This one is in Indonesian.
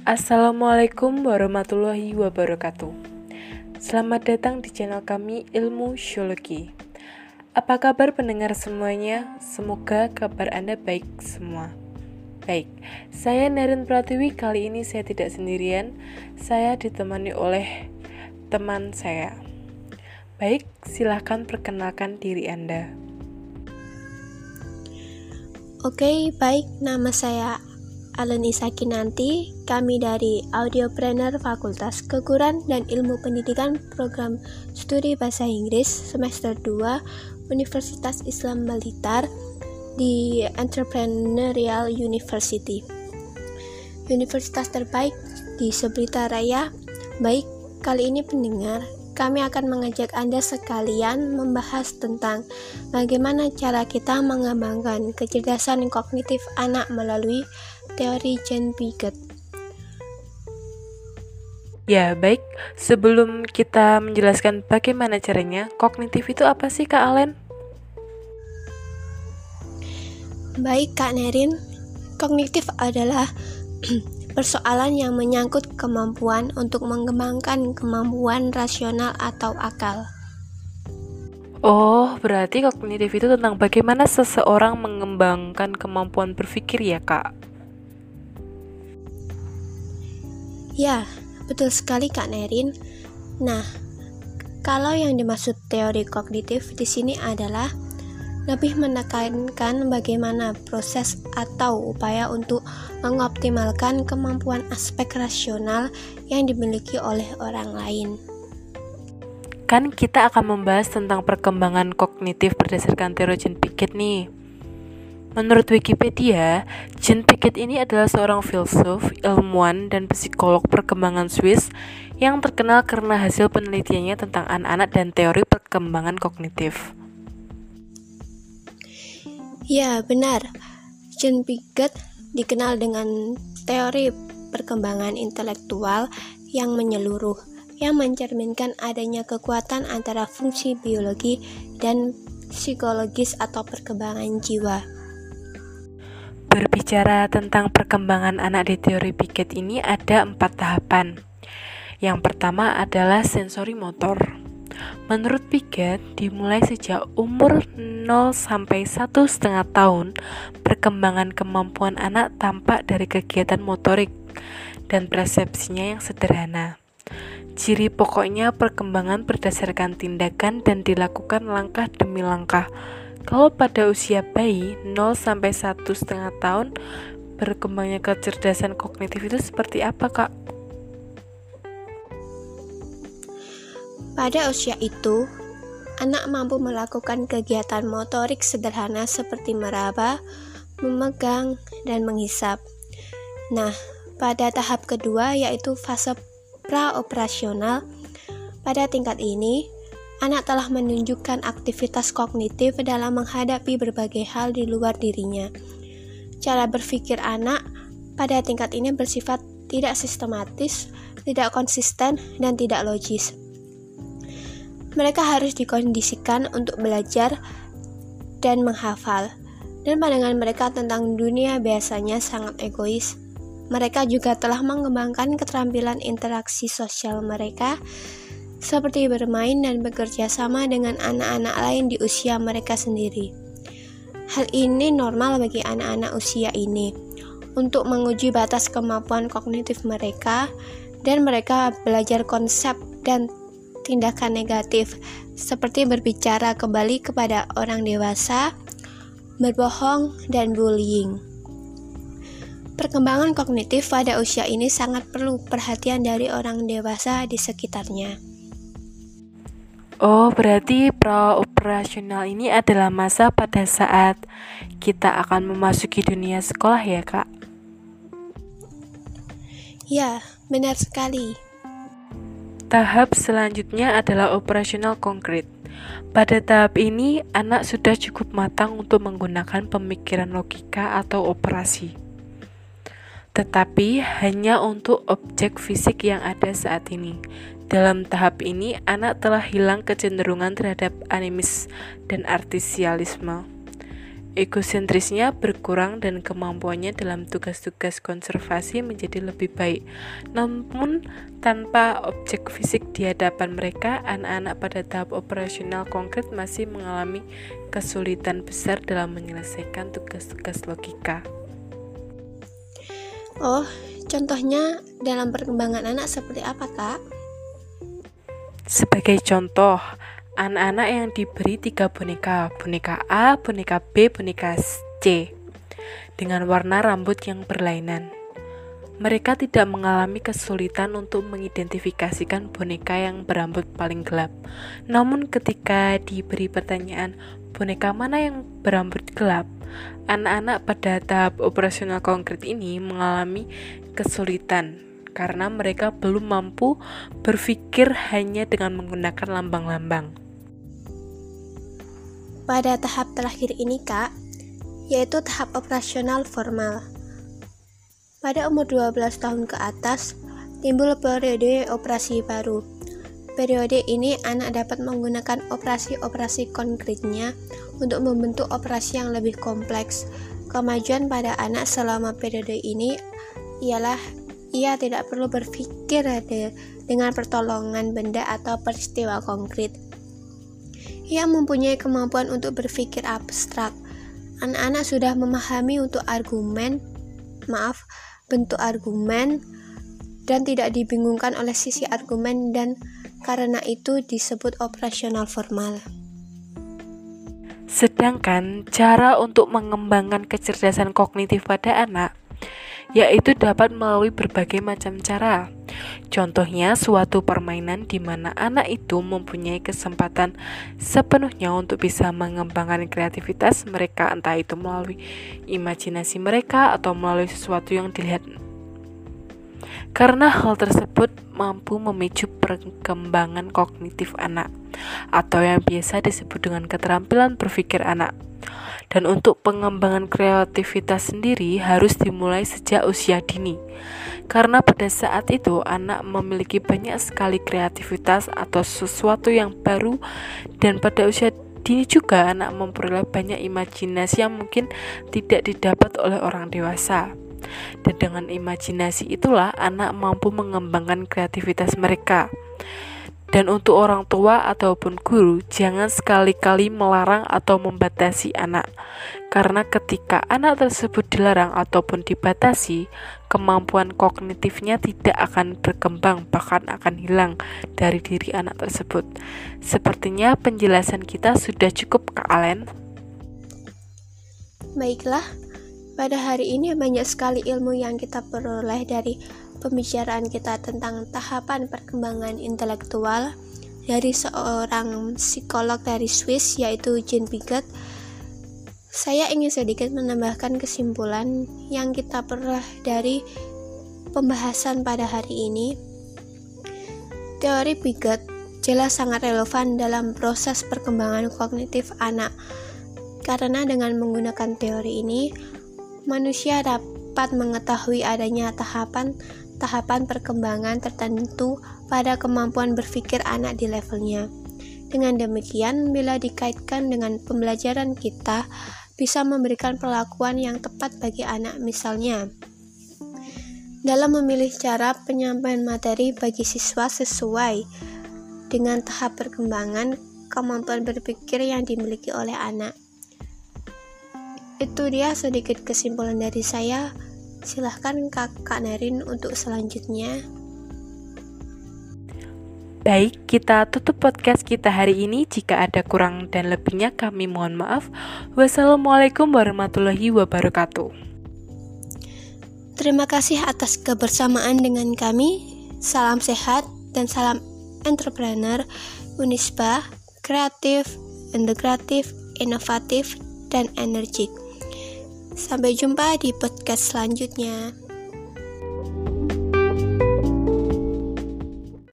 Assalamualaikum warahmatullahi wabarakatuh. Selamat datang di channel kami Ilmu Syologi. Apa kabar pendengar semuanya? Semoga kabar Anda baik semua. Baik, saya Nerin Pratiwi. Kali ini saya tidak sendirian. Saya ditemani oleh teman saya. Baik, silahkan perkenalkan diri Anda. Oke, baik. Nama saya Aleni Sakinanti. Kami dari Audiopreneur Fakultas Keguruan dan Ilmu Pendidikan Program Studi Bahasa Inggris semester 2 Universitas Islam Blitar di Entrepreneurial University. Universitas terbaik di Seblitar Raya. Baik, kali ini pendengar, kami akan mengajak Anda sekalian membahas tentang bagaimana cara kita mengembangkan kecerdasan kognitif anak melalui teori Jean Piaget. Ya, baik. Sebelum kita menjelaskan bagaimana caranya, kognitif itu apa sih, Kak Alen? Baik, Kak Nerin. Kognitif adalah persoalan yang menyangkut kemampuan untuk mengembangkan kemampuan rasional atau akal. Oh, berarti kognitif itu tentang bagaimana seseorang mengembangkan kemampuan berpikir ya, Kak? Ya, betul sekali Kak Nerin. Nah, kalau yang dimaksud teori kognitif di sini adalah lebih menekankan bagaimana proses atau upaya untuk mengoptimalkan kemampuan aspek rasional yang dimiliki oleh orang lain. Kan kita akan membahas tentang perkembangan kognitif berdasarkan teori Jean Piaget nih. Menurut Wikipedia, Jean Piaget ini adalah seorang filsuf, ilmuwan, dan psikolog perkembangan Swiss yang terkenal karena hasil penelitiannya tentang anak-anak dan teori perkembangan kognitif. Ya, benar. Jean Piaget dikenal dengan teori perkembangan intelektual yang menyeluruh, yang mencerminkan adanya kekuatan antara fungsi biologi dan psikologis atau perkembangan jiwa. Berbicara tentang perkembangan anak di teori Piaget ini ada 4 tahapan. Yang pertama adalah sensori motor. Menurut Piaget, dimulai sejak umur 0 sampai 1,5 tahun, perkembangan kemampuan anak tampak dari kegiatan motorik dan persepsinya yang sederhana. Ciri pokoknya perkembangan berdasarkan tindakan dan dilakukan langkah demi langkah. Kalau pada usia bayi 0 sampai 1,5 tahun, berkembangnya kecerdasan kognitif itu seperti apa, Kak? Pada usia itu, anak mampu melakukan kegiatan motorik sederhana seperti meraba, memegang, dan menghisap. Nah, pada tahap kedua yaitu fase praoperasional, pada tingkat ini, anak telah menunjukkan aktivitas kognitif dalam menghadapi berbagai hal di luar dirinya. Cara berpikir anak pada tingkat ini bersifat tidak sistematis, tidak konsisten, dan tidak logis. Mereka harus dikondisikan untuk belajar dan menghafal, dan pandangan mereka tentang dunia biasanya sangat egois. Mereka juga telah mengembangkan keterampilan interaksi sosial mereka, seperti bermain dan bekerja sama dengan anak-anak lain di usia mereka sendiri. Hal ini normal bagi anak-anak usia ini untuk menguji batas kemampuan kognitif mereka, dan mereka belajar konsep dan tindakan negatif seperti berbicara kembali kepada orang dewasa, berbohong, dan bullying. Perkembangan kognitif pada usia ini sangat perlu perhatian dari orang dewasa di sekitarnya. Oh, berarti praoperasional ini adalah masa pada saat kita akan memasuki dunia sekolah ya, Kak? Ya, benar sekali. Tahap selanjutnya adalah operasional konkret. Pada tahap ini, anak sudah cukup matang untuk menggunakan pemikiran logika atau operasi. Tetapi hanya untuk objek fisik yang ada saat ini. Dalam tahap ini, anak telah hilang kecenderungan terhadap animis dan artisialisme. Egosentrisnya berkurang dan kemampuannya dalam tugas-tugas konservasi menjadi lebih baik. Namun, tanpa objek fisik di hadapan mereka, anak-anak pada tahap operasional konkret masih mengalami kesulitan besar dalam menyelesaikan tugas-tugas logika. Oh, contohnya dalam perkembangan anak seperti apa, Kak? Sebagai contoh, anak-anak yang diberi 3 boneka A, boneka B, boneka C, dengan warna rambut yang berlainan. Mereka tidak mengalami kesulitan untuk mengidentifikasikan boneka yang berambut paling gelap. Namun ketika diberi pertanyaan, boneka mana yang berambut gelap? Anak-anak pada tahap operasional konkret ini mengalami kesulitan karena mereka belum mampu berpikir hanya dengan menggunakan lambang-lambang. Pada tahap terakhir ini, Kak, yaitu tahap operasional formal. Pada umur 12 tahun ke atas, timbul periode operasi baru. Periode ini anak dapat menggunakan operasi-operasi konkretnya untuk membentuk operasi yang lebih kompleks. Kemajuan pada anak selama periode ini ialah ia tidak perlu berpikir dengan pertolongan benda atau peristiwa konkret. Ia mempunyai kemampuan untuk berpikir abstrak. Anak-anak sudah memahami bentuk argumen dan tidak dibingungkan oleh sisi argumen, dan karena itu disebut operasional formal. Sedangkan cara untuk mengembangkan kecerdasan kognitif pada anak yaitu dapat melalui berbagai macam cara. Contohnya suatu permainan di mana anak itu mempunyai kesempatan sepenuhnya untuk bisa mengembangkan kreativitas mereka, entah itu melalui imajinasi mereka atau melalui sesuatu yang dilihat. Karena hal tersebut mampu memicu perkembangan kognitif anak atau yang biasa disebut dengan keterampilan berpikir anak. Dan untuk pengembangan kreativitas sendiri harus dimulai sejak usia dini. Karena pada saat itu anak memiliki banyak sekali kreativitas atau sesuatu yang baru, dan pada usia dini juga anak memperoleh banyak imajinasi yang mungkin tidak didapat oleh orang dewasa. Dan dengan imajinasi itulah anak mampu mengembangkan kreativitas mereka. Dan untuk orang tua ataupun guru, jangan sekali-kali melarang atau membatasi anak. Karena ketika anak tersebut dilarang ataupun dibatasi, kemampuan kognitifnya tidak akan berkembang, bahkan akan hilang dari diri anak tersebut. Sepertinya penjelasan kita sudah cukup, Kak Alen. Baiklah, pada hari ini banyak sekali ilmu yang kita peroleh dari pembicaraan kita tentang tahapan perkembangan intelektual dari seorang psikolog dari Swiss, yaitu Jean Piaget. Saya ingin sedikit menambahkan kesimpulan yang kita peroleh dari pembahasan pada hari ini. Teori Piaget jelas sangat relevan dalam proses perkembangan kognitif anak, karena dengan menggunakan teori ini, manusia dapat mengetahui adanya tahapan perkembangan tertentu pada kemampuan berpikir anak di levelnya. Dengan demikian, bila dikaitkan dengan pembelajaran kita, bisa memberikan perlakuan yang tepat bagi anak. Misalnya, dalam memilih cara penyampaian materi bagi siswa sesuai dengan tahap perkembangan kemampuan berpikir yang dimiliki oleh anak. Itu dia sedikit kesimpulan dari saya. Silahkan Kakak Narin untuk selanjutnya. Baik, kita tutup podcast kita hari ini. Jika ada kurang dan lebihnya kami mohon maaf. Wassalamualaikum warahmatullahi wabarakatuh. Terima kasih atas kebersamaan dengan kami. Salam sehat dan salam entrepreneur, Unisba, kreatif, integratif, inovatif, dan energik. Sampai jumpa di podcast selanjutnya.